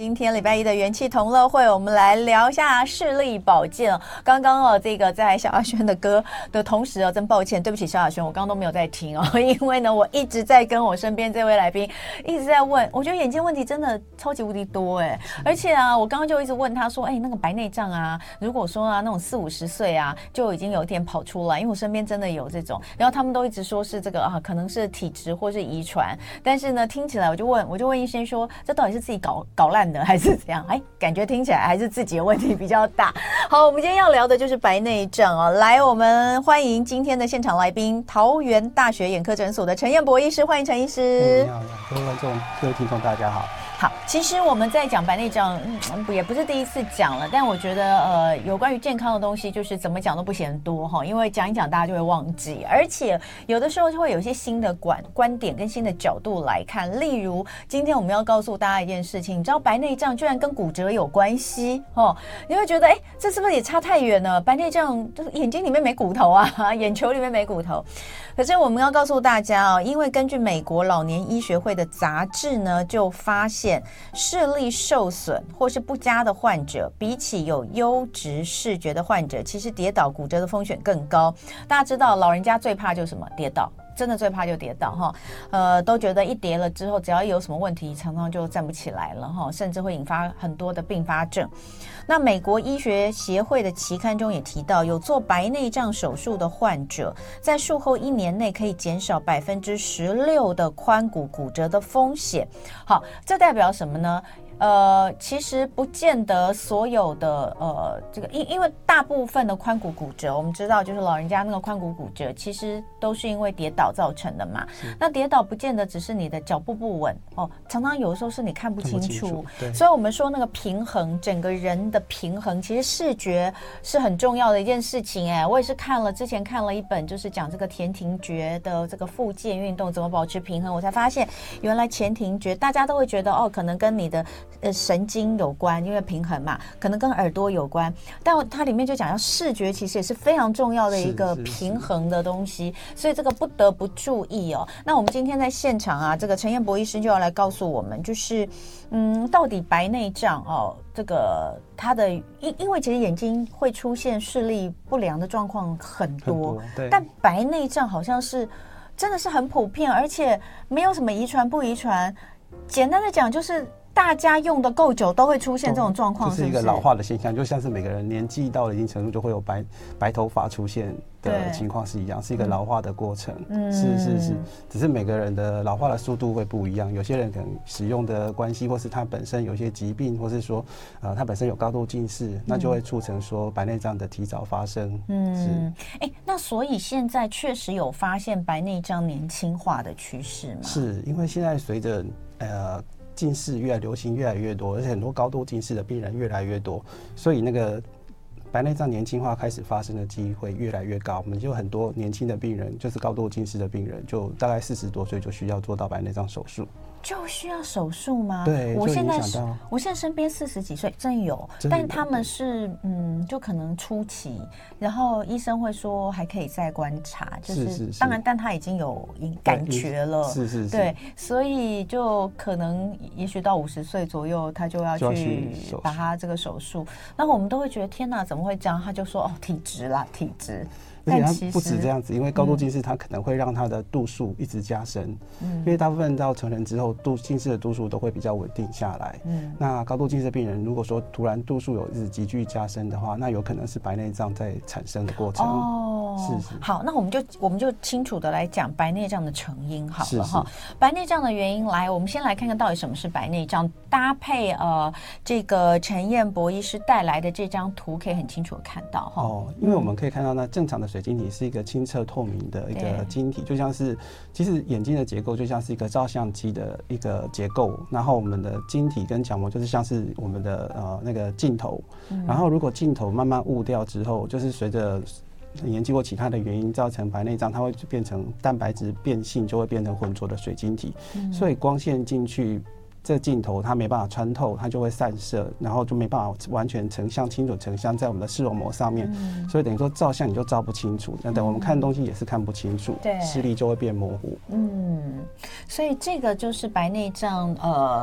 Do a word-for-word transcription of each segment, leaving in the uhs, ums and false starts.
今天礼拜一的元气同乐会，我们来聊一下视力保健。刚刚哦，这个在萧亚轩的歌的同时哦，真抱歉，对不起萧亚轩，我刚刚都没有在听哦，因为呢，我一直在跟我身边这位来宾一直在问，我觉得眼睛问题真的超级无敌多哎，而且啊，我刚刚就一直问他说，哎，那个白内障啊，如果说啊那种四五十岁啊，就已经有一点跑出来，因为我身边真的有这种，然后他们都一直说是这个啊，可能是体质或是遗传，但是呢，听起来我就问，我就问医生说，这到底是自己搞搞烂的还是怎样？哎，感觉听起来还是自己的问题比较大。好，我们今天要聊的就是白内障哦。来，我们欢迎今天的现场来宾，桃园大学眼科诊所的陈彦博医师，欢迎陈医师。 你好，各位观众、各位听众，大家好。 好，其实我们在讲白内障，嗯，也不是第一次讲了，但我觉得，呃，有关于健康的东西，就是怎么讲都不嫌多哈，因为讲一讲大家就会忘记，而且有的时候就会有一些新的观观点跟新的角度来看。例如，今天我们要告诉大家一件事情，你知道白内障居然跟骨折有关系哦，你会觉得，哎，这是不是也差太远了？白内障就是眼睛里面没骨头啊，眼球里面没骨头。可是我们要告诉大家哦，因为根据美国老年医学会的杂志呢，就发现视力受损或是不佳的患者，比起有优质视觉的患者，其实跌倒骨折的风险更高。大家知道老人家最怕就是什么？跌倒。真的最怕就跌倒哈，呃，都觉得一跌了之后，只要有什么问题，常常就站不起来了哈，甚至会引发很多的并发症。那美国医学协会的期刊中也提到，有做白内障手术的患者，在术后一年内可以减少百分之十六的髋骨骨折的风险。好，这代表什么呢？呃，其实不见得所有的呃，这个因因为大部分的髋骨骨折，我们知道就是老人家那个髋骨骨折，其实都是因为跌倒造成的嘛。那跌倒不见得只是你的脚步不稳哦，常常有的时候是你看不清楚。看不清楚，所以我们说那个平衡，整个人的平衡，其实视觉是很重要的一件事情。哎，我也是看了之前看了一本，就是讲这个前庭觉的这个复健运动怎么保持平衡，我才发现原来前庭觉大家都会觉得哦，可能跟你的呃，神经有关，因为平衡嘛，可能跟耳朵有关，但它里面就讲到视觉其实也是非常重要的一个平衡的东西，所以这个不得不注意哦。那我们今天在现场啊，这个陈彦博医师就要来告诉我们，就是嗯，到底白内障哦，这个它的因因为其实眼睛会出现视力不良的状况很多，很多对，但白内障好像是真的是很普遍，而且没有什么遗传不遗传，简单的讲就是大家用的够久都会出现这种状况， 这是一个老化的现象，就像是每个人年纪到了一定程度就会有白白头发出现的情况是一样，是一个老化的过程。嗯，是是是，只是每个人的老化的速度会不一样，有些人可能使用的关系，或是他本身有些疾病，或是说呃他本身有高度近视，嗯，那就会促成说白内障的提早发生。嗯， 是。哎，那所以现在确实有发现白内障年轻化的趋势吗？ 是因为现在随着呃。近视越来流行越来越多，而且很多高度近视的病人越来越多，所以那个白内障年轻化开始发生的机会越来越高。我们就很多年轻的病人，就是高度近视的病人，就大概四十多岁就需要做到白内障手术。 就需要手术吗？ 对， 我现在是，我现在身边四十几岁真有，但他们是嗯，就可能初期，然后医生会说还可以再观察，就是，是是是当然，但他已经有感觉了，是是是，对，所以就可能也许到五十岁左右，他就要去把他这个手术。那我们都会觉得天哪，怎么会这样？他就说哦，体质啦，体质。 而且它不止这样子，因为高度近视它可能会让它的度数一直加深，嗯，因为大部分到成人之后，度近视的度数都会比较稳定下来。嗯，那高度近视的病人如果说突然度数有一直急剧加深的话，那有可能是白内障在产生的过程。哦，是是。好， 那我们就我们就清楚的来讲白内障的成因好了哈。白内障的原因来，我们先来看看到底什么是白内障，搭配呃这个陈彦博医师带来的这张图，可以很清楚的看到哈。 哦，因为我们可以看到那正常的水晶体是一个清澈透明的一个晶体，就像是其实眼睛的结构就像是一个照相机的一个结构，然后我们的晶体跟角膜就是像是我们的呃那个镜头，嗯，然后如果镜头慢慢雾掉之后，就是随着年纪或其他的原因造成白内障，它会变成蛋白质变性，就会变成浑浊的水晶体，嗯，所以光线进去。这镜头它没办法穿透，它就会散射，然后就没办法完全成像清楚成像在我们的视网膜上面，嗯，所以等于说照相你就照不清楚，那等我们看东西也是看不清楚，对，视力就会变模糊。 嗯，所以这个就是白内障呃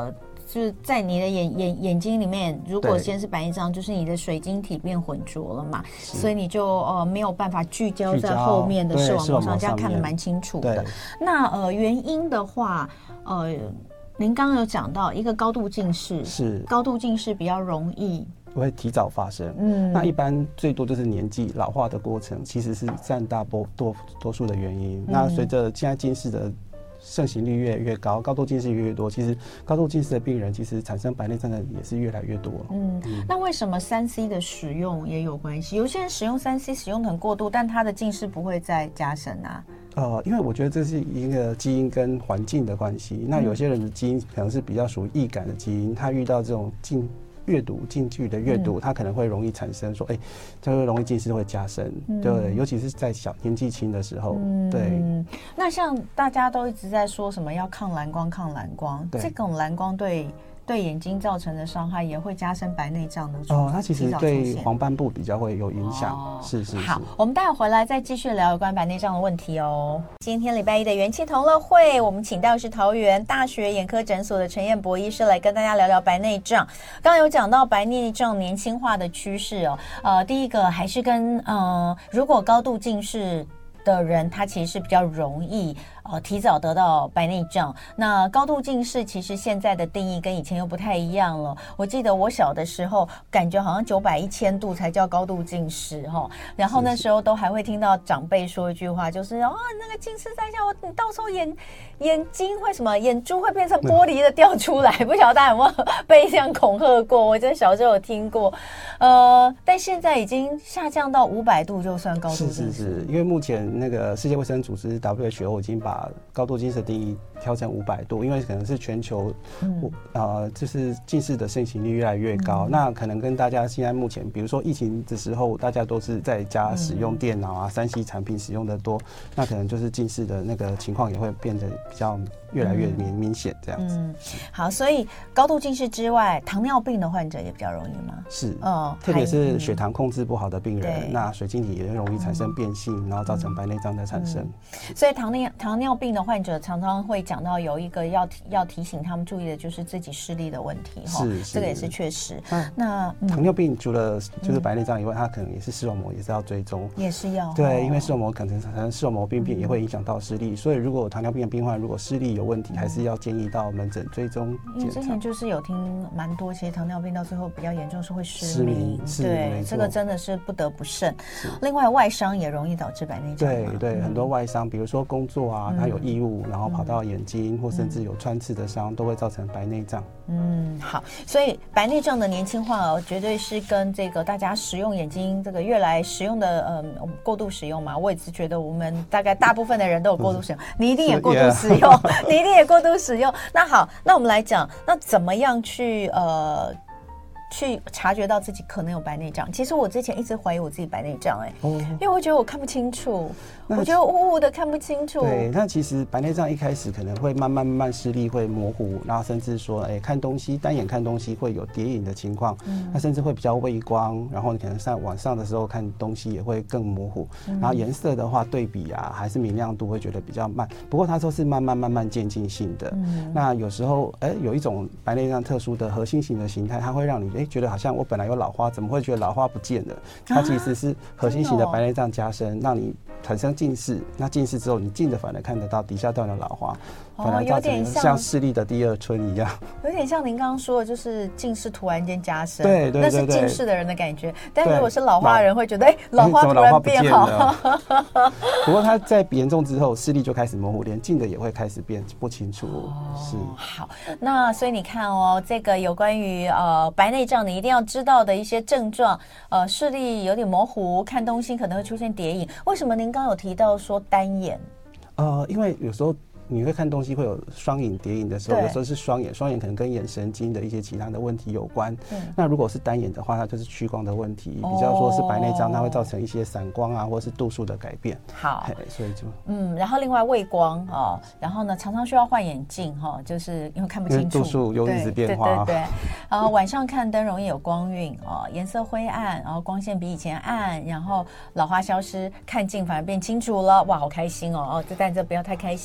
就是在你的眼眼眼睛里面，如果先是白内障，就是你的水晶体变浑浊了嘛，所以你就呃没有办法聚焦在后面的视网膜上，这样看得蛮清楚的。那呃原因的话，呃，您刚刚有讲到一个高度近视， 是高度近视比较容易。 会提早发生，嗯，那一般最多就是年纪老化的过程，其实是占大多多多数的原因。嗯、那随着现在近视的盛行率越来越高，高度近视越来越多，其实高度近视的病人其实产生白内障的也是越来越多。 嗯，嗯那为什么三 C 的使用也有关系？有些人使用三 C 使用很过度，但他的近视不会再加深啊。 呃，因为我觉得这是一个基因跟环境的关系。那有些人的基因可能是比较属于易感的基因，他遇到这种近阅读近距离的阅读，它可能会容易产生说，哎、欸，这个容易近视会加深，嗯、对，尤其是在小年纪轻的时候，嗯、对。 那像大家都一直在说什么要抗蓝光，抗蓝光，这种蓝光对对眼睛造成的伤害也会加深白内障的哦， 它其实对黄斑部比较会有影响，哦、是是是。 好，我们待会回来再继续聊有关白内障的问题哦。今天礼拜一的元气同乐会，我们请到是桃园大学眼科诊所的陈彦博医师来跟大家聊聊白内障。刚刚有讲到白内障年轻化的趋势哦，呃，第一个还是跟呃，如果高度近视的人，他其实是比较容易呃提早得到白内障。那高度近视其实现在的定义跟以前又不太一样了。我记得我小的时候，感觉好像九百一千度才叫高度近视哈。然后那时候都还会听到长辈说一句话，就是哦，那个近视在下，我你到时候眼眼睛会什么，眼珠会变成玻璃的掉出来。不晓得大家有没有被这样恐吓过？我真的小时候有听过。呃，但现在已经下降到五百度就算高度近视。 是是是，因为目前那个世界卫生组织 W H O 已经把高度近视的定义调成五百度，因为可能是全球、嗯、呃就是近视的盛行率越来越高、嗯、那可能跟大家现在目前比如说疫情的时候大家都是在家使用电脑啊、嗯、三 C 产品使用的多，那可能就是近视的那个情况也会变得比较越来越明明显这样子。嗯， 好，所以高度近视之外，糖尿病的患者也比较容易吗？ 是，嗯，特别是血糖控制不好的病人、嗯、那水晶体也容易产生变性、嗯、然后造成白内障的产生、 嗯、所以糖尿糖尿病的患者常常会讲到有一个要提要提醒他们注意的就是自己视力的问题， 是这个也是确实。 那, 那、嗯、糖尿病除了就是白内障以外、嗯、它可能也是视网膜也是要追踪， 也是要对、哦、因为视网膜可能产生视网膜病变也会影响到视力、嗯、所以如果糖尿病的病患如果视力有问题、嗯、还是要建议到门诊追踪检查。 因为之前就是有听蛮多，其实糖尿病到最后比较严重是会失明， 对，这个真的是不得不慎。另外外伤也容易导致白内障， 对对、嗯，很多外伤，比如说工作啊，它有异物、嗯，然后跑到眼睛、嗯、或甚至有穿刺的伤，都会造成白内障。 嗯，好，所以白内障的年轻化哦，绝对是跟这个大家使用眼睛这个越来使用的嗯过度使用嘛。我也是觉得我们大概大部分的人都有过度使用，你一定也过度使用，你一定也过度使用。那好，那我们来讲，那怎么样去呃？去察觉到自己可能有白内障。其实我之前一直怀疑我自己白内障，哎、欸，哦，因为我觉得我看不清楚，我觉得雾雾的看不清楚。 对，那其实白内障一开始可能会慢慢慢慢视力会模糊，然后甚至说，哎、欸，看东西单眼看东西会有叠影的情况，嗯，那甚至会比较畏光，然后你可能上晚上的时候看东西也会更模糊，嗯、然后颜色的话对比啊还是明亮度会觉得比较慢。不过它都是慢慢慢慢渐进性的。嗯，那有时候，哎、欸，有一种白内障特殊的核心型的形态，它会让你哎。欸觉得好像我本来有老花，怎么会觉得老花不见了？它其实是核心型的白内障加深，让你产生近视。那近视之后，你近的反而看得到底下段的老花，反而造成像视力的第二春一样。 有点像您刚刚说的，就是近视突然间加深， 对对对对， 那是近视的人的感觉。但如果是老花的人，会觉得哎、欸，老花突然变好。 不过它在严重之后，视力就开始模糊，连近的也会开始变不清楚。哦、是好，那所以你看哦，这个有关于呃白内障。你一定要知道的一些症状，呃，视力有点模糊，看东西可能会出现叠影。为什么您刚刚有提到说单眼？ 呃，因为有时候你会看东西会有双影叠影的时候，有时候是双眼，双眼可能跟眼神经的一些其他的问题有关。嗯、那如果是单眼的话，它就是屈光的问题，哦、比较说是白内障，它会造成一些散光啊，或是度数的改变。 好， 所以就嗯，然后另外畏光哦，然后呢常常需要换眼镜哈、哦，就是因为看不清楚， 度数有一直变化。 对对对对，然后晚上看灯容易有光晕哦，颜色灰暗，然后光线比以前暗，然后老花消失，看近反而变清楚了，哇，好开心哦哦，但这不要太开心，因为这有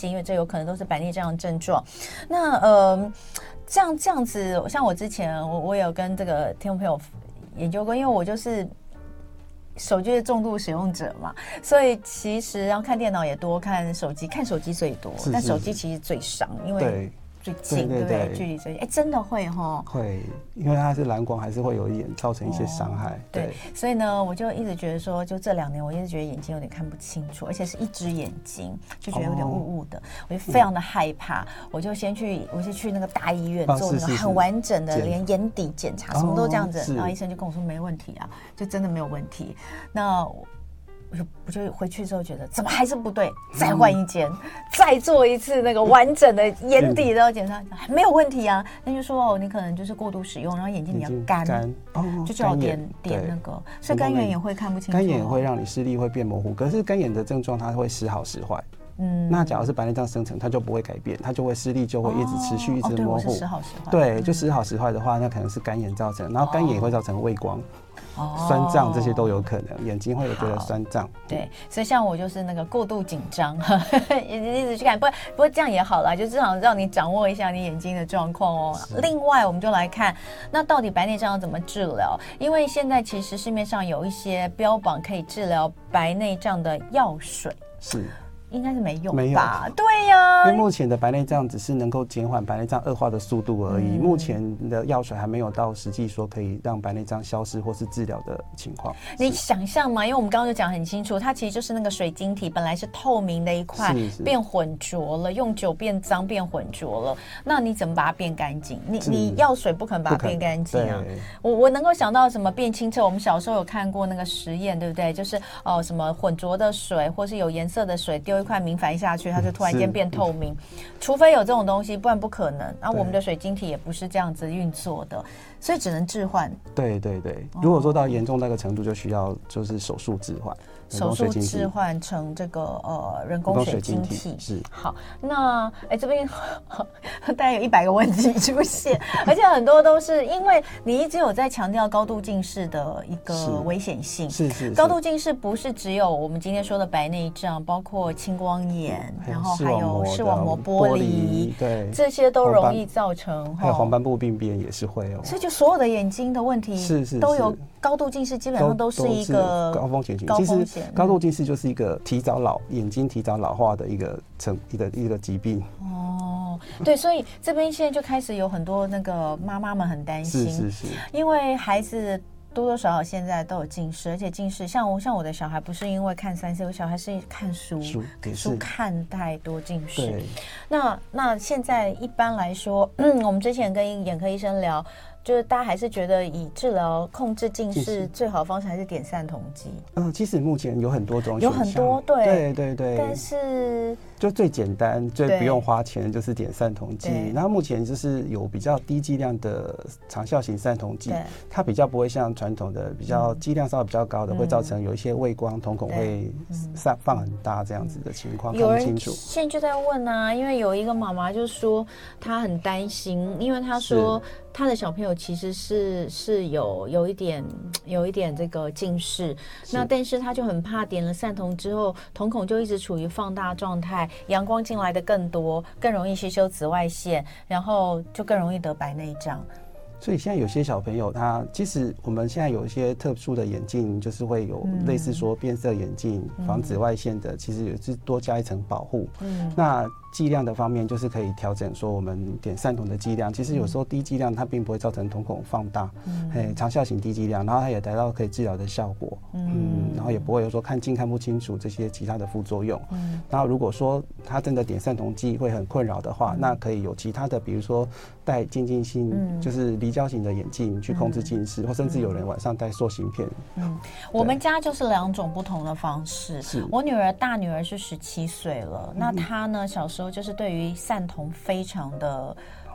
可能都是白内障的症状。那呃，这样这样子，像我之前我我有跟这个听众朋友研究过，因为我就是手机的重度使用者嘛，所以其实然后看电脑也多，看手机看手机最多，是是但手机其实最伤，因为最近对不对？距离最近，哎，真的会哈， 会，因为它是蓝光，还是会有一点造成一些伤害、哦对。对，所以呢，我就一直觉得说，就这两年，我一直觉得眼睛有点看不清楚，而且是一只眼睛，就觉得有点雾雾的，哦、我就非常的害怕。嗯、我就先去，我是去那个大医院做那个很完整的，连眼底检查，什么都这样子。哦、然后医生就跟我说没问题啊，就真的没有问题。那我就我就回去之后觉得怎么还是不对，再换一间、嗯，再做一次那个完整的眼底的检查，还没有问题啊。那就说哦，你可能就是过度使用，然后眼睛你要干，干哦、就只好点点那个，所以干眼也会看不清楚、哦。 干眼也会让你视力会变模糊，可是干眼的症状它会时好时坏。嗯，那假如是白内障生成，它就不会改变，它就会视力就会一直持续、哦、一直模糊。哦、对， 时好时坏。 对，就时好时坏的话，那可能是干眼造成，然后干眼也会造成畏光。哦、酸胀这些都有可能，眼睛会有觉得酸胀。 对，所以像我就是那个过度紧张，一直去看，不过不过这样也好啦，就至少让你掌握一下你眼睛的状况哦。另外，我们就来看，那到底白内障要怎么治疗？因为现在其实市面上有一些标榜可以治疗白内障的药水， 是。 应该是没用吧？没有，对呀、啊， 因为目前的白内障只是能够减缓白内障恶化的速度而已。嗯、目前的药水还没有到实际说可以让白内障消失或是治疗的情况。 你想象吗？因为我们刚刚就讲很清楚，它其实就是那个水晶体本来是透明的一块，变混浊了，用久变脏变混浊了。那你怎么把它变干净？你你药水不可能把它变干净啊！我我能够想到什么变清澈？我们小时候有看过那个实验，对不对？就是哦、呃、什么混浊的水或是有颜色的水丢一块明矾下去，它就突然间变透明，除非有这种东西，不然不可能。然后我们的水晶体也不是这样子运作的，所以只能置换。 对对对，如果说到严重那个程度，就需要就是手术置换。 手术置换成这个呃人工水晶体是好。那哎这边大概有一百个问题出现，而且很多都是因为你一直有在强调高度近视的一个危险性。 是 是, 是。 高度近视不是只有我们今天说的白内障，包括青光眼，然后还有视网膜剥离， 对， 这些都容易造成。 还有黄斑部病变也是会哦。 所以就所有的眼睛的问题是是都有高度近视，基本上都是一个高风险性。高风险。高度近视就是一个提早老眼睛提早老化的一个成一个一个疾病哦，对，所以这边现在就开始有很多那个妈妈们很担心， 是是是， 因为孩子多多少少现在都有近视，而且近视像我像我的小孩不是因为看三 C， 我小孩是看书，书, 书看太多近视。对，那那现在一般来说，嗯，我们之前跟眼科医生聊。就是大家还是觉得以治疗控制近视最好的方式还是点散瞳剂。嗯、 呃，其实目前有很多种选项，有很多对对对对， 但是就最简单、最不用花钱的就是点散瞳剂。然后目前就是有比较低剂量的长效型散瞳剂，它比较不会像传统的比较剂量稍微比较高的，嗯、会造成有一些畏光、瞳孔会散放很大这样子的情况，看不清楚。 现在就在问啊，因为有一个妈妈就说她很担心，因为她说她的小朋友其实是是有有一点有一点这个近视，那但是她就很怕点了散瞳之后，瞳孔就一直处于放大状态，阳光进来的更多，更容易吸收紫外线，然后就更容易得白内障。 所以现在有些小朋友他其实我们现在有一些特殊的眼镜，就是会有类似说变色眼镜、嗯、防紫外线的，其实也是多加一层保护。嗯，那剂量的方面就是可以调整说我们点散瞳的剂量，其实有时候低剂量它并不会造成瞳孔放大，嗯，长效型低剂量，然后它也达到可以治疗的效果，嗯, 嗯，然后也不会有说看近看不清楚这些其他的副作用。嗯，然后如果说他真的点散瞳剂会很困扰的话，嗯，那可以有其他的，比如说戴渐进性，嗯，就是离焦型的眼镜去控制近视，嗯，或甚至有人晚上戴塑形片。嗯， 我们家就是两种不同的方式。是我女儿大女儿是十七岁了，嗯，那她呢小时候就是对于散瞳非常的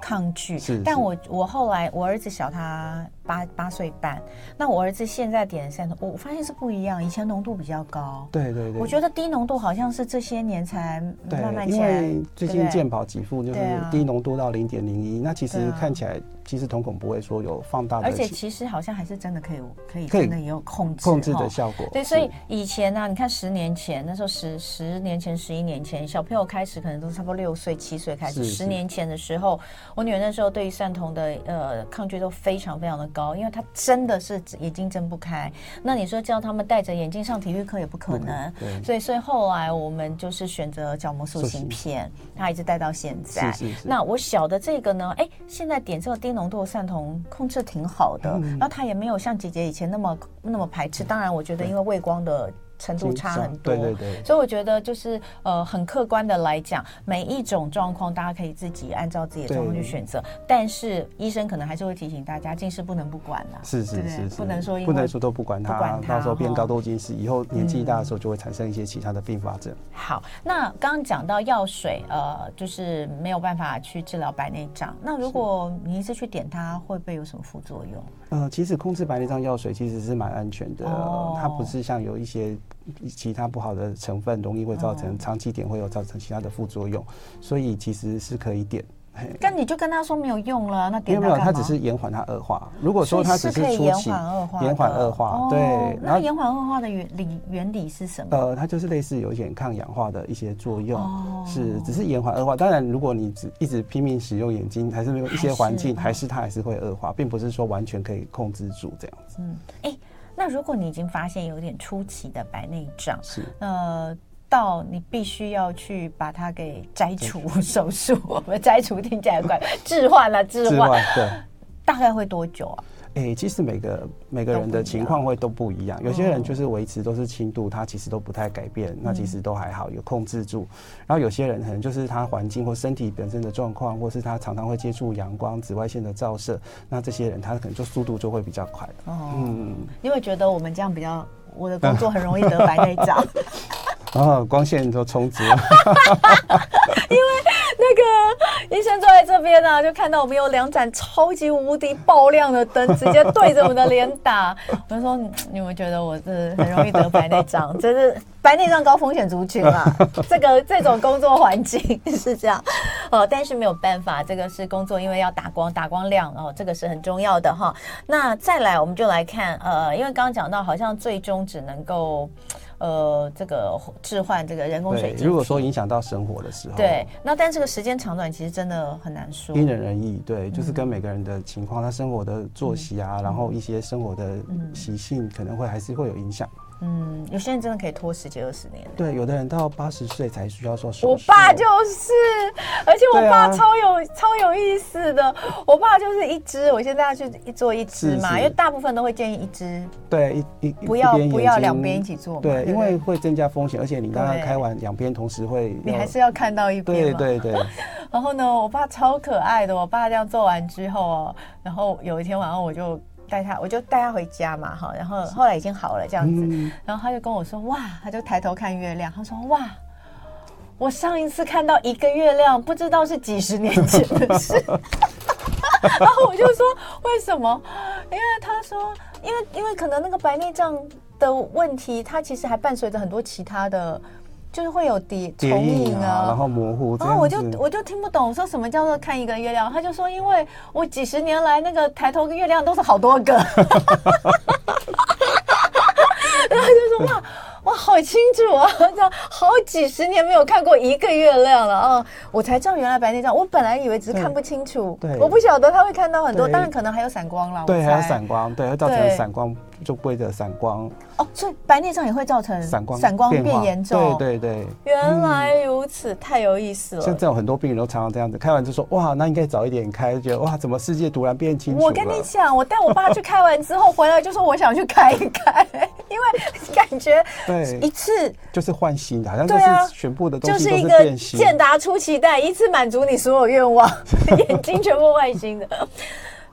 抗拒。但我我后来我儿子小他八八岁半，那我儿子现在点散瞳，我发现是不一样，以前浓度比较高。 对对对， 我觉得低浓度好像是这些年才慢慢起来。因为最近健保给付就是低浓度到零点零一，那其实看起来其实瞳孔不会说有放大的， 而且其实好像还是真的可以可以真的也有控制控制的效果。 对，所以以前呢、啊，你看十年前那时候十十年前十一年前，小朋友开始可能都差不多六岁七岁开始，十年前的时候，我女儿那时候对于散瞳的呃抗拒都非常非常的高，因为她真的是眼睛睁不开。那你说叫他们戴着眼镜上体育课也不可能，嗯、所以所以后来我们就是选择角膜塑形片，她一直戴到现在。 是是是。 那我小的这个呢，哎，现在点这个低浓度的散瞳控制挺好的，嗯、然后它也没有像姐姐以前那么那么排斥。当然，我觉得因为畏光的程度差很多， 对对对， 所以我觉得就是呃很客观的来讲，每一种状况大家可以自己按照自己的状况去选择，但是医生可能还是会提醒大家，近视不能不管啦， 是是是， 不能说不能说都不管它， 不管它到时候变高度近视，以后年纪大的时候就会产生一些其他的并发症。嗯、 好，那刚刚讲到药水，呃，就是没有办法去治疗白内障，那如果你一直去点它，会不会有什么副作用？ 呃，其实控制白内障药水其实是蛮安全的，哦、它不是像有一些其他不好的成分容易会造成长期点会有造成其他的副作用，所以其实是可以点。 但你就跟他说没有用了，那点它干嘛？没有，它只是延缓它恶化。如果说它只是初期延缓恶化， 哦、 对， 那延缓恶化的原理原理是什么？ 呃，它就是类似有一点抗氧化的一些作用，哦、是只是延缓恶化。当然，如果你只一直拼命使用眼睛，还是没有一些环境，还是它还是会恶化，并不是说完全可以控制住这样子。嗯， 哎、欸，那如果你已经发现有点初期的白内障， 是呃。到你必须要去把它给摘除手术，我们摘除听起来怪，置换了置换， 对， 大概会多久啊？ 哎、欸，其实每个每个人的情况会都不一样，有些人就是维持都是轻度，他其实都不太改变，嗯、那其实都还好，有控制住。然后有些人可能就是他环境或身体本身的状况，或是他常常会接触阳光、紫外线的照射，那这些人他可能就速度就会比较快。 哦，嗯，你会觉得我们这样比较，我的工作很容易得白内障。 然后光线都充足了， 因为那个医生坐在这边呢、啊，就看到我们有两盏超级无敌爆亮的灯，直接对着我们的脸打。我就说，你们觉得我是很容易得白内障？真是白内障高风险族群啊！这个这种工作环境是这样，哦，但是没有办法，这个是工作，因为要打光，打光亮哦，这个是很重要的哈。那再来，我们就来看，呃，因为刚刚讲到，好像最终只能够。呃，这个置换这个人工水晶， 如果说影响到生活的时候， 对，那但这个时间长短其实真的很难说， 因人而异。对，就是跟每个人的情况，他生活的作息啊，嗯、然后一些生活的习性，可能会还是会有影响。 嗯，有些人真的可以拖十几二十年。 对，有的人到八十岁才需要做手术。 我爸就是，而且我爸超有、啊、超有意思的。我爸就是一支，我现在要去做一支嘛，因为大部分都会建议一支。 对，一一不要不要两边一起做嘛。 对，因为会增加风险，而且你刚刚开完两边同时会， 你还是要看到一边嘛。 对对对。 然后呢，我爸超可爱的，我爸这样做完之后哦，然后有一天晚上我就。带他，我就带他回家嘛，哈，然后后来已经好了这样子，嗯、然后他就跟我说，哇，他就抬头看月亮，他说，哇，我上一次看到一个月亮，不知道是几十年前的事。然后我就说，为什么？因为他说，因为因为可能那个白内障的问题，它其实还伴随着很多其他的。就是会有叠重影啊， 然后模糊， 然后我就我就听不懂，说什么叫做看一个月亮？他就说，因为我几十年来那个抬头跟月亮都是好多个，然后就说哇哇好清楚啊，这样好几十年没有看过一个月亮了啊，我才知道原来白内障，我本来以为只是看不清楚，对，我不晓得他会看到很多，当然可能还有散光啦， 对，还有散光，对，会造成散光。就规则散光哦，所以白内障也会造成散光散光变严重。 对对对， 原来如此，嗯、太有意思了。 像这种很多病人都常常这样子，开完就说哇，那应该早一点开，就觉得哇，怎么世界突然变清楚了？ 我跟你讲，我带我爸去开完之后回来就说我想去开一开，因为感觉对一次就是换新的，好像就是全部的东西都是变新， 就是一个健达出奇蛋，一次满足你所有愿望，眼睛全部换新的。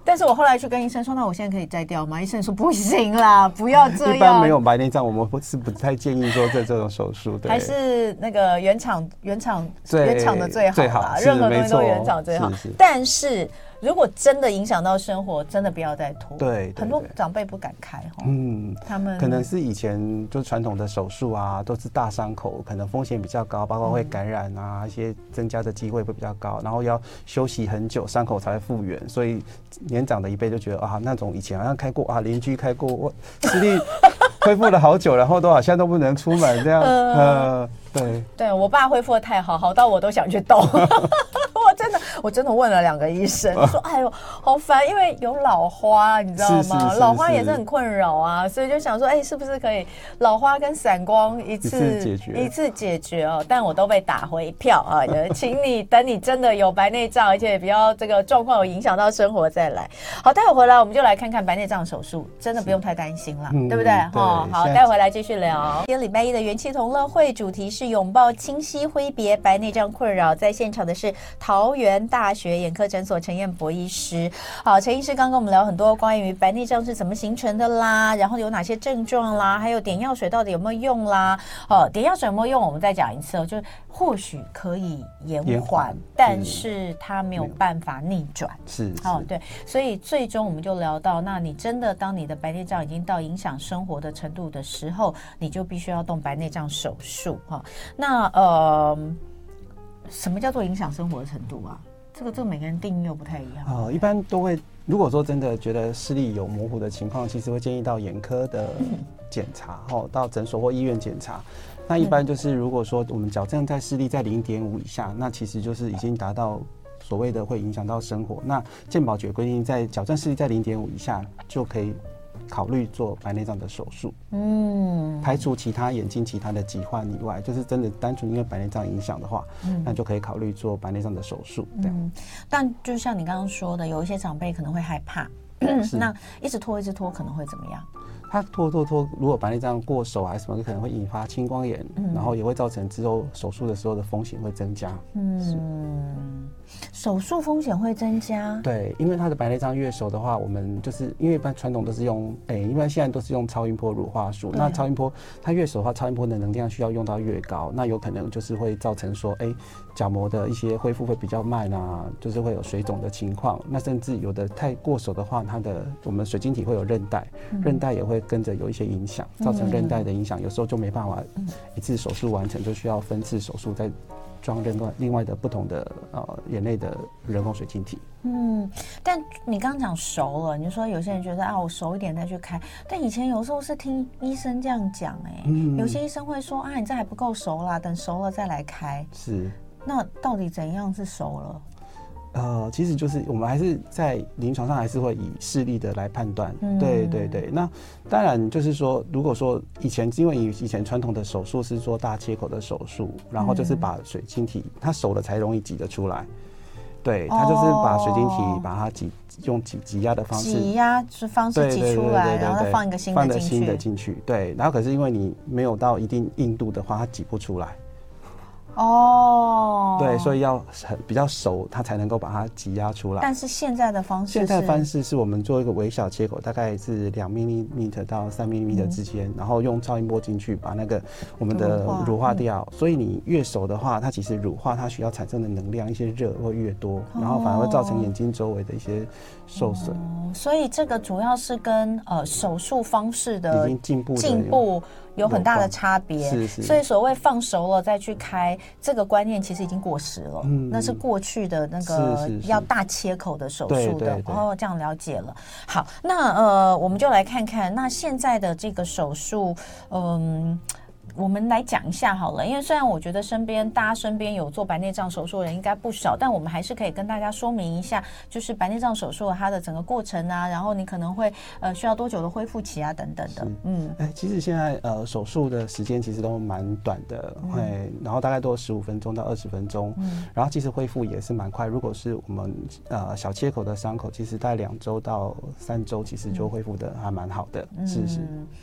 但是我后来去跟医生说，那我现在可以摘掉吗？医生说不行啦，不要这样。 一般没有白内障，我们不是不太建议做这这种手术，对。 还是那个原厂原厂原厂的最好最好， 任何东西都原厂最好。 是是但是如果真的影响到生活，真的不要再拖。 对，对很多长辈不敢开哈。 嗯， 他们可能是以前就传统的手术啊，都是大伤口，可能风险比较高，包括会感染啊，嗯、一些增加的机会会比较高，然后要休息很久，伤口才会复原，所以年长的一辈就觉得啊，那种以前好像开过啊，邻居开过，我视力恢复了好久，然后都好像都不能出门这样，呃，呃对， 对我爸恢复的太好，好到我都想去动。我真的，我真的问了两个医生，说：“哎呦，好烦，因为有老花，你知道吗？ 是是是老花也是很困扰啊，所以就想说，哎，是不是可以老花跟散光一次一次解决？一次解决哦？但我都被打回票啊！请你等你真的有白内障，而且比较这个状况有影响到生活再来。好，待会回来我们就来看看白内障手术，真的不用太担心了，对不对？哈、嗯，好，待会回来继续聊。今天礼拜一的元气同乐会主题是拥抱清晰挥别白内障困扰，在现场的是桃园大学眼科诊所陈彦博医师。好，陈医师刚跟我们聊很多关于白内障是怎么形成的啦，然后有哪些症状啦，还有点药水到底有没有用啦。哦，点药水有没有用？我们再讲一次哦，就是或许可以延缓，但是它没有办法逆转。 是， 哦，对，所以最终我们就聊到，那你真的当你的白内障已经到影响生活的程度的时候，你就必须要动白内障手术哈、哦。那呃。什么叫做影响生活的程度啊？这个这个每个人定义又不太一样。 呃，一般都会，如果说真的觉得视力有模糊的情况，其实会建议到眼科的检查，哦，到诊所或医院检查。那一般就是如果说我们矫正在视力在零点五以下，那其实就是已经达到所谓的会影响到生活。那健保局规定，在矫正视力在零点五以下就可以考虑做白内障的手术，嗯，排除其他眼睛其他的疾患以外，就是真的单纯因为白内障影响的话，嗯，那就可以考虑做白内障的手术。这样， 嗯，但就像你刚刚说的，有一些长辈可能会害怕，那一直拖一直拖可能会怎么样？ 它拖拖拖，如果白内障过手还是什么，可能会引发青光眼，嗯，然后也会造成之后手术的时候的风险会增加。嗯， 手术风险会增加？ 对，因为它的白内障越熟的话，我们就是因为一般传统都是用，哎、欸，一般现在都是用超音波乳化术。那超音波它越熟的话，超音波的能量需要用到越高，那有可能就是会造成说，哎、欸，角膜的一些恢复会比较慢啊，就是会有水肿的情况。那甚至有的太过熟的话，它的我们水晶体会有韧带，韧带也会跟着有一些影响，造成韧带的影响，有时候就没办法一次手术完成，就需要分次手术再装另外另外的不同的呃眼内的人工水晶体。 嗯，但你刚刚讲熟了，你就说有些人觉得啊，我熟一点再去开，但以前有时候是听医生这样讲，哎、嗯，有些医生会说啊，你这还不够熟啦，等熟了再来开。 是， 那到底怎样是熟了？ 呃，其实就是我们还是在临床上还是会以视力的来判断，嗯、对对对。那当然就是说，如果说以前因为以以前传统的手术是做大切口的手术，然后就是把水晶体它熟了才容易挤得出来，对，它就是把水晶体把它挤用挤挤压的方式， 挤压是方式挤出来，然后再放一个新的进去， 放个新的进去，对。然后可是因为你没有到一定硬度的话，它挤不出来。哦，对，所以要很比较熟，它才能够把它挤压出来。 但是现在的方式， 现在的方式是我们做一个微小切口，大概是两 millimeter 到三 millimeter 之间，嗯、然后用超音波进去把那个我们的乳化掉。嗯、所以你越熟的话，它其实乳化它需要产生的能量一些热会越多，哦、然后反而会造成眼睛周围的一些受损。 哦、所以这个主要是跟呃手术方式的已经进步进步。有很大的差别， 是是， 所以所谓放熟了再去开，这个观念其实已经过时了。嗯，那是过去的那个要大切口的手术的。哦，这样了解了。好，那呃，我们就来看看那现在的这个手术，嗯。我们来讲一下好了，因为虽然我觉得身边大家身边有做白内障手术的人应该不少，但我们还是可以跟大家说明一下，就是白内障手术它的整个过程啊，然后你可能会呃需要多久的恢复期啊等等的。 嗯，哎、欸，其实现在呃手术的时间其实都蛮短的，会、嗯，然后大概都十五分钟到二十分钟，嗯，然后其实恢复也是蛮快。如果是我们呃小切口的伤口，其实大概两周到三周，其实就恢复的还蛮好的，嗯、是是。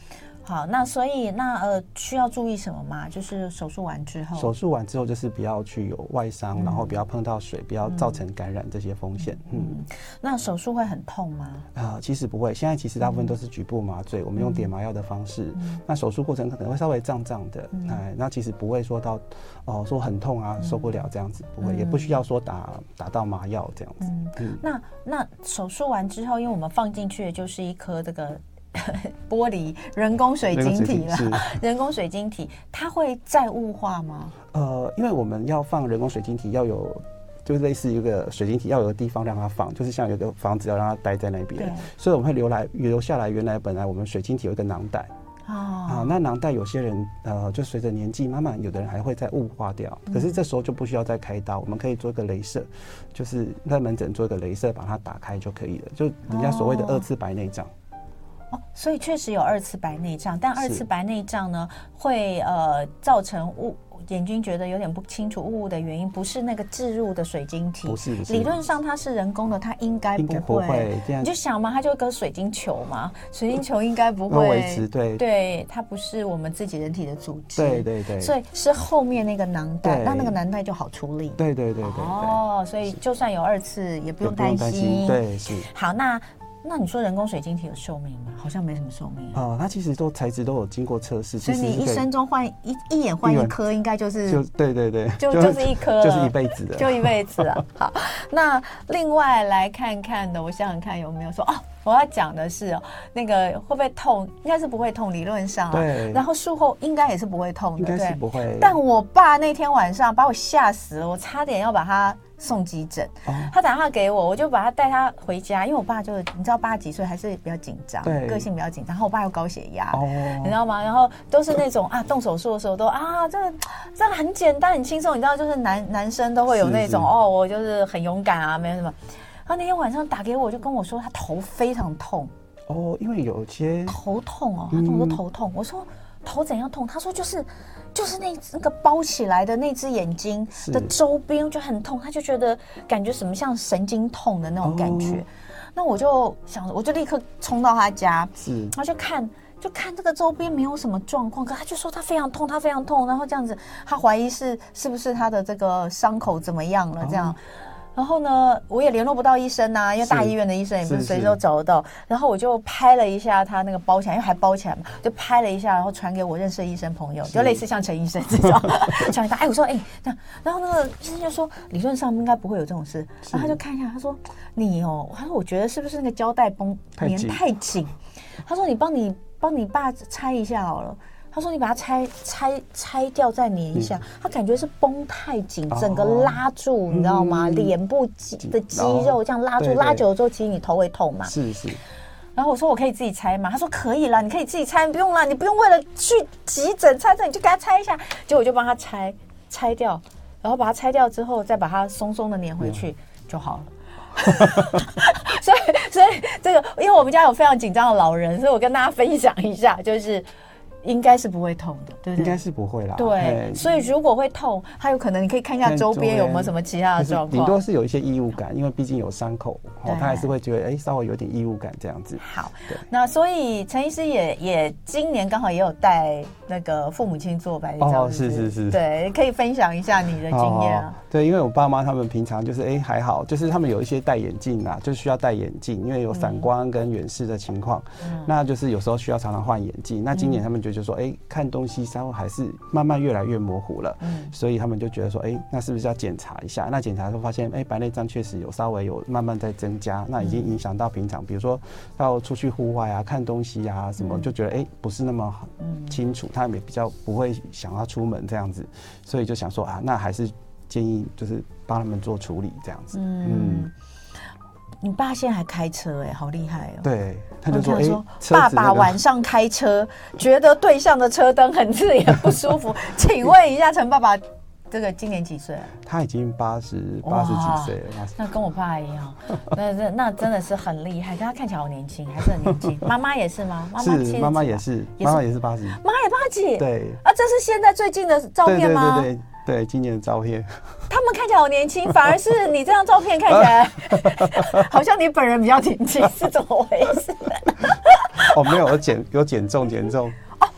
好，那所以那呃需要注意什么吗？就是手术完之后， 手术完之后就是不要去有外伤，嗯、然后不要碰到水，不要造成感染这些风险。嗯，嗯那手术会很痛吗？啊、 呃，其实不会，现在其实大部分都是局部麻醉，嗯、我们用点麻药的方式。嗯、那手术过程可能会稍微胀胀的，嗯、哎，那其实不会说到哦、呃、说很痛啊，受不了这样子，不会，嗯、也不需要说打打到麻药这样子。嗯嗯、那那手术完之后，因为我们放进去的就是一颗这个。玻璃人工水晶体了，人工水晶体它会再雾化吗？ 呃，因为我们要放人工水晶体，要有就是类似一个水晶体，要有个地方让它放，就是像有个房子要让它待在那边，所以我们会留来留下来。原来本来我们水晶体有一个囊袋。哦、啊，那囊袋有些人呃，就随着年纪慢慢，有的人还会再雾化掉。嗯、可是这时候就不需要再开刀，我们可以做一个雷射，就是在门诊做一个雷射把它打开就可以了，就人家所谓的二次白内障。 哦，所以确实有二次白内障，但二次白内障呢，会呃造成雾，眼睛觉得有点不清楚雾雾的原因，不是那个置入的水晶体， 不是，不是理论上它是人工的，它应该不会，应该不会这样，你就想嘛，它就跟水晶球嘛，水晶球应该不会维持，对对，它不是我们自己人体的组织， 对对对， 所以是后面那个囊袋，那那个囊袋就好处理， 对对对对， 哦，所以就算有二次也不用担心， 对是， 好那。那你说人工水晶体有寿命吗？好像没什么寿命啊、呃。它其实都材质都有经过测试， 所以你一生中换一一眼换一颗，应该就是就对对对， 就就是一颗， 就是一辈子的， 就一辈子了。好，那另外来看看的，我想想看有没有说哦，我要讲的是哦，那个会不会痛？应该是不会痛，理论上、啊、 对。 然后术后应该也是不会痛的， 应该是不会。 但我爸那天晚上把我吓死了，我差点要把他送急诊。哦、他打电话给我，我就把他带他回家，因为我爸就你知道八十几岁还是比较紧张，个性比较紧张。然后我爸有高血压，哦、你知道吗？然后都是那种啊，动手术的时候都啊，这个这个很简单很轻松，你知道，就是男男生都会有那种哦，我就是很勇敢啊，没有什么。他那天晚上打给我，就跟我说他头非常痛。 哦，因为有些头痛哦，他跟我说头痛，嗯、我说头怎样痛？他说就是就是那那个包起来的那只眼睛的周边就很痛，他就觉得感觉什么像神经痛的那种感觉。哦、那我就想，我就立刻冲到他家，是，然后就看。就看这个周边没有什么状况，可他就说他非常痛，他非常痛，然后这样子，他怀疑是是不是他的这个伤口怎么样了这样。哦、然后呢，我也联络不到医生啊，因为大医院的医生也不是随时都找得到。然后我就拍了一下他那个包起来，因为还包起来嘛，就拍了一下，然后传给我认识的医生朋友，就类似像陈医生这种，传给他。哎，我说哎，这样，然后那个医生就说理论上应该不会有这种事。然后他就看一下，他说你哦，他说我觉得是不是那个胶带绷粘太紧？他说你帮你。帮你爸拆一下好了，他说你把它拆拆拆掉再粘一下，嗯、他感觉是绷太紧，哦、整个拉住，你知道吗？嗯、脸部肌的肌肉这样拉住，对对拉久了之后，其实你头会痛嘛。是是。然后我说我可以自己拆吗？他说可以啦，你可以自己拆，不用啦，你不用为了去急诊拆这，你就给他拆一下。结果我就帮他拆拆掉，然后把它拆掉之后，再把它松松的粘回去、嗯、就好了。所以，所以这个，因为我们家有非常紧张的老人，所以我跟大家分享一下，就是应该是不会痛的，对不对？ 应该是不会啦。 对，所以如果会痛，还有可能你可以看一下周边有没有什么其他的状况。 顶多是有一些异物感，因为毕竟有伤口，哦，他还是会觉得哎、欸，稍微有点异物感这样子。 好，那所以陈医师也也今年刚好也有带那个父母亲做白内障， 哦，是是是， 对，可以分享一下你的经验啊。 对，因为我爸妈他们平常就是哎、欸、还好，就是他们有一些戴眼镜啊，就需要戴眼镜，因为有散光跟远视的情况，嗯、那就是有时候需要常常换眼镜。那今年他们就就说哎、欸，看东西稍微还是慢慢越来越模糊了，嗯，所以他们就觉得说哎、欸，那是不是要检查一下？那检查的时候发现哎、欸，白内障确实有稍微有慢慢在增加，那已经影响到平常，比如说要出去户外啊、看东西啊什么，嗯、就觉得哎、欸、不是那么清楚，他们也比较不会想要出门这样子，所以就想说啊，那还是建议就是帮他们做处理这样子。嗯，嗯你爸现在还开车哎、欸，好厉害哦！ 对，他就说哎、欸， 爸爸晚上开车，觉得对向的车灯很刺眼不舒服。请问一下，陈爸爸这个今年几岁？ 他已经八十八十几岁了， 那跟我爸一样，那那那真的是很厉害。但他看起来好年轻，还是很年轻。妈妈也是吗？妈妈是，妈妈也是，妈妈也是八十， 妈也八几？ 对啊，这是现在最近的照片吗？ 对对对对对，今年的照片。 他们看起来好年轻，反而是你这张照片看起来好像你本人比较年轻，是怎么回事？ 哦，没有，有减有减重减重。 哦，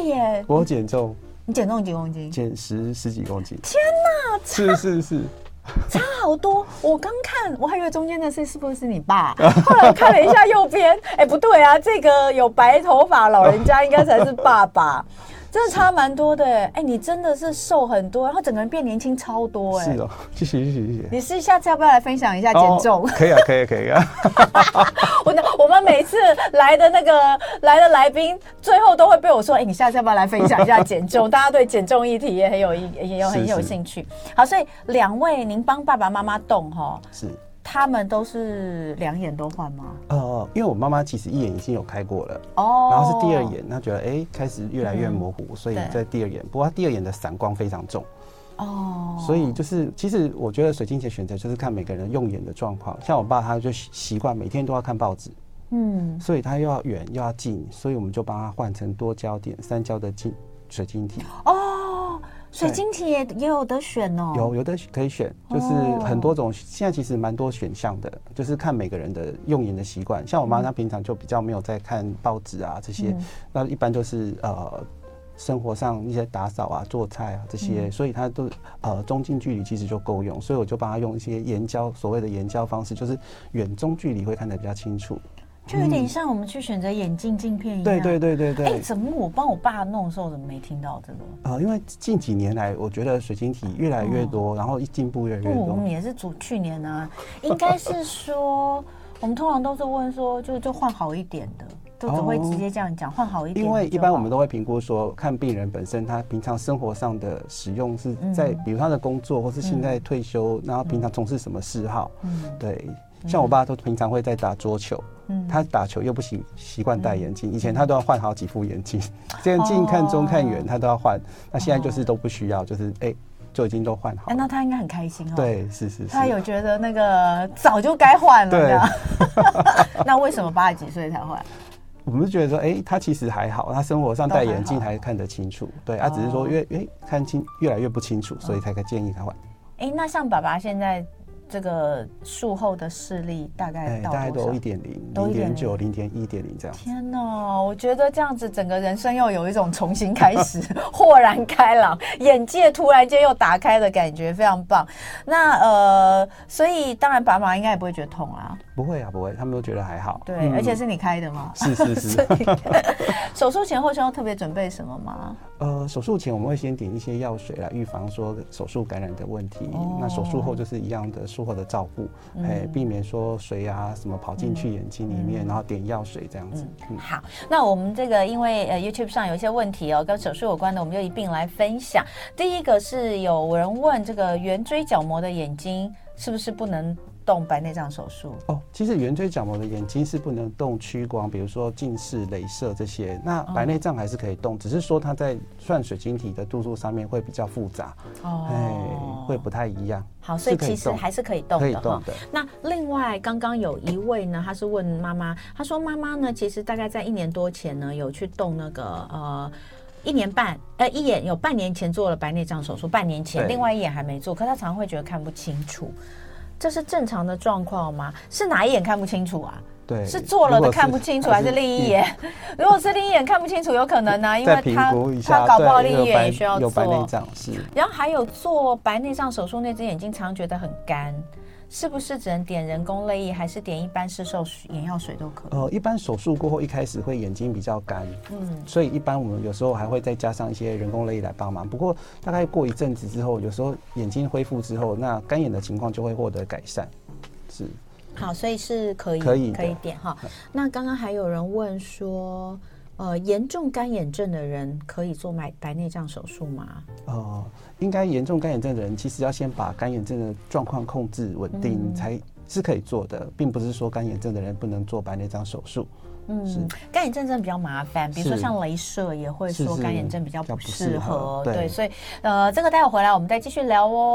耶！ 我减重， 你减重几公斤？ 减十十几公斤。 天哪， 是是是。 差好多！我刚看，我还以为中间的是是不是你爸？后来我看了一下右边，哎、欸，不对啊，这个有白头发老人家应该才是爸爸，真的差蛮多的。哎、欸，你真的是瘦很多，然后整个人变年轻超多哎。 是哦，谢谢谢谢谢谢。 你是下次要不要来分享一下减重？ 哦、可以啊，可以可以啊。 我我们每次来的那个来的来宾，最后都会被我说：“哎、欸，你下次要不要来分享一下减重？”大家对减重议题也很有也有很有兴趣。好，所以两位您帮爸爸妈妈动哈， 是他们都是两眼都换吗？ 呃，因为我妈妈其实一眼已经有开过了， 哦， 然后是第二眼，她觉得哎、欸、开始越来越模糊，嗯、所以在第二眼，不过她第二眼的散光非常重。哦，所以就是其实我觉得水晶节选择就是看每个人用眼的状况，像我爸他就习惯每天都要看报纸，嗯，所以他又要远又要近，所以我们就帮他换成多焦点三焦的晶水晶体。 哦，水晶体也也有得选哦， 有有的可以选，就是很多种，现在其实蛮多选项的，就是看每个人的用眼的习惯。像我妈她平常就比较没有在看报纸啊这些，嗯、那一般就是呃。生活上一些打扫啊、做菜啊这些，嗯、所以它都呃中近距离其实就够用，所以我就帮他用一些研焦，所谓的研焦方式，就是远中距离会看得比较清楚， 就有点像我们去选择眼镜镜片一样。 对对对对对。 哎、欸，怎么我帮我爸弄的时候怎么没听到这个？ 呃，因为近几年来，我觉得水晶体越来越多，哦、然后进步越来越多。 我们也是主去年啊，应该是说我们通常都是问说，就就换好一点的。都只会直接这样讲，换好一点。 因为一般我们都会评估说，看病人本身他平常生活上的使用是在，嗯、比如他的工作，或是现在退休，嗯、然后平常从事什么嗜好。嗯，对，像我爸都平常会在打桌球，嗯、他打球又不习习惯戴眼镜，嗯、以前他都要换好几副眼镜，现在近看中看远他都要换，那现在就是都不需要，就是哎。欸就已经都换好了， 欸，那他应该很开心哦。 对，是是是。 他有觉得那个早就该换了，对。那为什么八十几岁才换？ 我们是觉得说，哎，欸，他其实还好，他生活上戴眼镜还看得清楚，对，他，哦啊，只是说越哎，欸，看清越来越不清楚，所以才建议他换。 哎，欸，那像爸爸现在这个术后的视力大概到多少？ 大概都一点零、零点九、零点一点零这样。 天哪，我觉得这样子整个人生又有一种重新开始，豁然开朗，眼界突然间又打开的感觉，非常棒。那呃，所以当然爸妈应该也不会觉得痛啊。 不会啊，不会，他们都觉得还好。 对，嗯、而且是你开的吗？ 是是是。 手术前后需要特别准备什么吗？ 呃，手术前我们会先点一些药水来预防说手术感染的问题。哦、那手术后就是一样的术后的照顾，哎、嗯，避免说水啊什么跑进去眼睛里面，嗯、然后点药水这样子。嗯嗯、 好，那我们这个因为呃 YouTube 上有一些问题哦，跟手术有关的，我们就一并来分享。第一个是有人问这个圆锥角膜的眼睛是不是不能动白内障手术？ 哦，其实圆锥角膜的眼睛是不能动屈光，比如说近视、雷射这些。那白内障还是可以动，哦、只是说它在算水晶体的度数上面会比较复杂，哦，哎，会不太一样。 好，所以其实还是可以动的， 可以动的。 那另外，刚刚有一位呢，他是问妈妈，他说妈妈呢，其实大概在一年多前呢，有去动那个呃。一年半，呃，一眼有半年前做了白内障手术，半年前，另外一眼还没做，可他常常会觉得看不清楚，这是正常的状况吗？是哪一眼看不清楚啊？ 对， 是做了的看不清楚，还是另一眼？如果是另一眼看不清楚，有可能呢、啊，因为他他搞不好另一眼也需要做。 有白内障是。 然后还有做白内障手术那只眼睛，常觉得很干。是不是只能点人工泪液，还是点一般市售眼药水都可以？ 呃，一般手术过后一开始会眼睛比较干，嗯，所以一般我们有时候还会再加上一些人工泪液来帮忙。不过大概过一阵子之后，有时候眼睛恢复之后，那干眼的情况就会获得改善。是， 好，所以是可以可以可以点哈。那刚刚还有人问说，呃，严重干眼症的人可以做白白内障手术吗？ 呃，应该严重干眼症的人，其实要先把干眼症的状况控制稳定，嗯、才是可以做的，并不是说干眼症的人不能做白内障手术。 嗯，是干眼症真的比较麻烦，比如说像雷射也会说干眼症比较不适合，对，所以呃，这个待会回来我们再继续聊哦。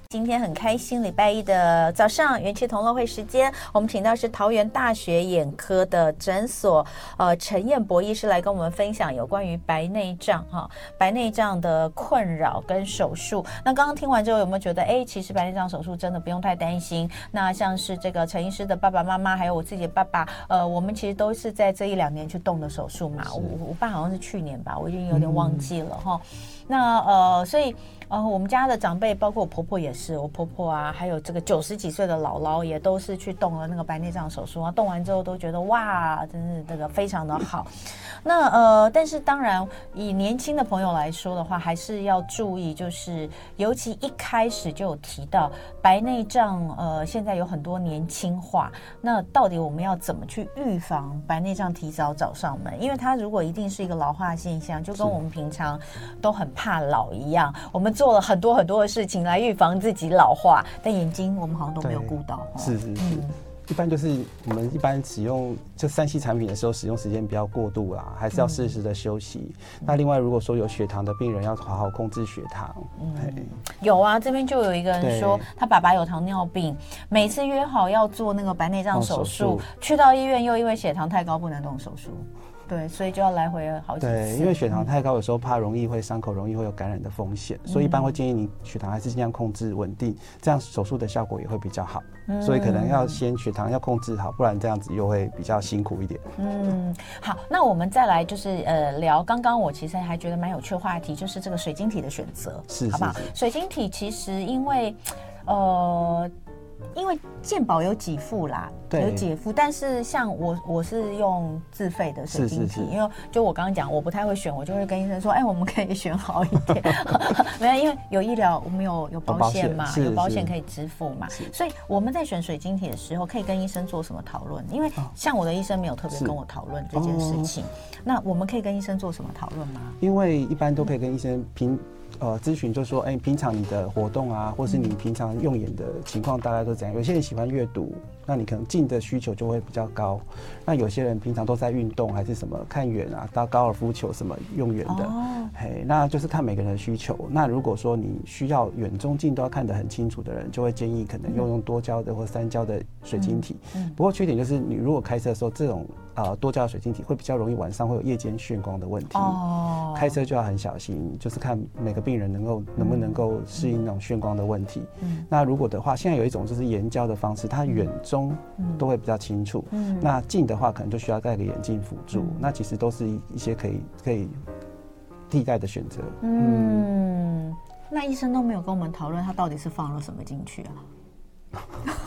今天很开心，礼拜一的早上元气同乐会时间，我们请到是桃园大学眼科的诊所，呃，陈彦博医师来跟我们分享有关于白内障哈，白内障的困扰跟手术。那刚刚听完之后，有没有觉得，哎，其实白内障手术真的不用太担心？那像是这个陈医师的爸爸妈妈，还有我自己的爸爸，呃，我们其实都是在这一两年去动的手术嘛。我我爸好像是去年吧，我已经有点忘记了哈。嗯、那呃，所以。呃，我们家的长辈，包括我婆婆也是，我婆婆啊，还有这个九十几岁的姥姥，也都是去动了那个白内障手术啊。动完之后都觉得哇，真是这个非常的好。那呃，但是当然，以年轻的朋友来说的话，还是要注意，就是尤其一开始就有提到白内障，呃，现在有很多年轻化。那到底我们要怎么去预防白内障提早找上门？因为它如果一定是一个老化现象，就跟我们平常都很怕老一样，我们做了很多很多的事情来预防自己老化，但眼睛我们好像都没有顾到。 是是是、嗯，一般就是我们一般使用就三 C 产品的时候，使用时间不要过度啦，还是要适时的休息。嗯、那另外，如果说有血糖的病人，要好好控制血糖。嗯， 有啊，这边就有一个人说，他爸爸有糖尿病，每次约好要做那个白内障手术，去到医院又因为血糖太高不能动手术。对，所以就要来回好几次。 对，因为血糖太高，有时候怕容易会伤口，容易会有感染的风险，嗯、所以一般会建议你血糖还是尽量控制稳定，这样手术的效果也会比较好。嗯、所以可能要先血糖要控制好，不然这样子又会比较辛苦一点。 嗯，好，那我们再来就是呃聊刚刚我其实还觉得蛮有趣的话题，就是这个水晶体的选择， 是好不好？水晶体其实因为呃。因为健保有给付啦，有给付，但是像我我是用自费的水晶体，是是是，因为就我刚刚讲，我不太会选，我就会跟医生说，哎，我们可以选好一点，没有，因为有医疗，我们有有保险嘛，有保险可以支付嘛，所以我们在选水晶体的时候，可以跟医生做什么讨论？因为像我的医生没有特别跟我讨论这件事情，那我们可以跟医生做什么讨论吗？ 因为一般都可以跟医生评。呃，咨询就说，哎、欸，平常你的活动啊，或是你平常用眼的情况大概都怎样？有些人喜欢阅读，那你可能近的需求就会比较高。那有些人平常都在运动，还是什么看远啊，打高尔夫球什么用远的，哦、嘿，那就是看每个人的需求。那如果说你需要远中近都要看得很清楚的人，就会建议可能用用多焦的或三焦的水晶体。嗯嗯、不过缺点就是你如果开车的时候，这种呃多焦的水晶体会比较容易晚上会有夜间眩光的问题。哦，开车就要很小心，就是看每个病人能够能不能够适应那种眩光的问题。嗯，那如果的话，现在有一种就是眼焦的方式，它远中都会比较清楚。嗯，那近的话可能就需要戴个眼镜辅助。嗯、那其实都是一些可以可以替代的选择。 嗯，嗯那医生都没有跟我们讨论他到底是放了什么进去啊？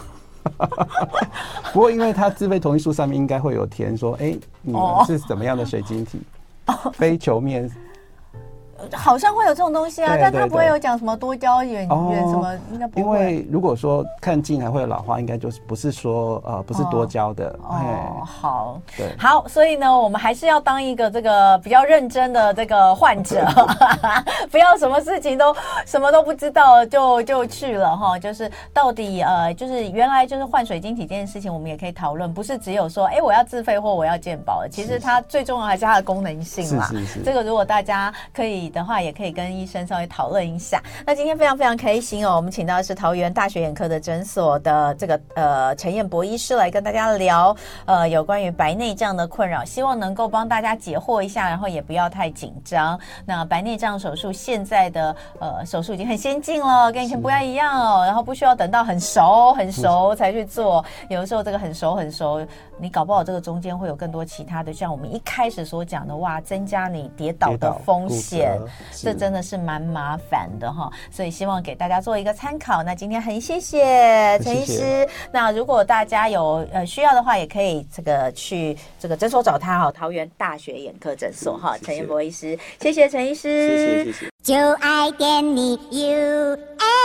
不过因为他自费同意书上面应该会有填说，哎、欸，你们是怎么样的水晶体？哦、非球面。 好像会有这种东西啊，但他不会有讲什么多焦远远什么，应该不会。 因为如果说看近还会有老化，应该就是不是说呃不是多焦的。 哦，哦好， 对， 好，所以呢，我们还是要当一个这个比较认真的这个患者，不要什么事情都什么都不知道就就去了哈。就是到底呃，就是原来就是换水晶体这件事情，我们也可以讨论，不是只有说哎我要自费或我要健保，其实它最重要还是它的功能性啦。 是是是， 这个如果大家可以的话，也可以跟医生稍微讨论一下。那今天非常非常开心哦，我们请到的是桃园大学眼科的诊所的这个呃陈彦博医师来跟大家聊呃有关于白内障的困扰，希望能够帮大家解惑一下，然后也不要太紧张。那白内障手术现在的呃手术已经很先进了，跟以前不太一样哦，然后不需要等到很熟很熟才去做，有的时候这个很熟很熟，你搞不好这个中间会有更多其他的，像我们一开始所讲的，哇，增加你跌倒的风险。这真的是蛮麻烦的哈，所以希望给大家做一个参考。那今天很谢谢陈医师，谢谢。那如果大家有呃需要的话，也可以这个去这个诊所找他哈，桃园大学眼科诊所哈，陈彦博医师，谢谢陈医师， 谢谢谢谢。就爱点你 U。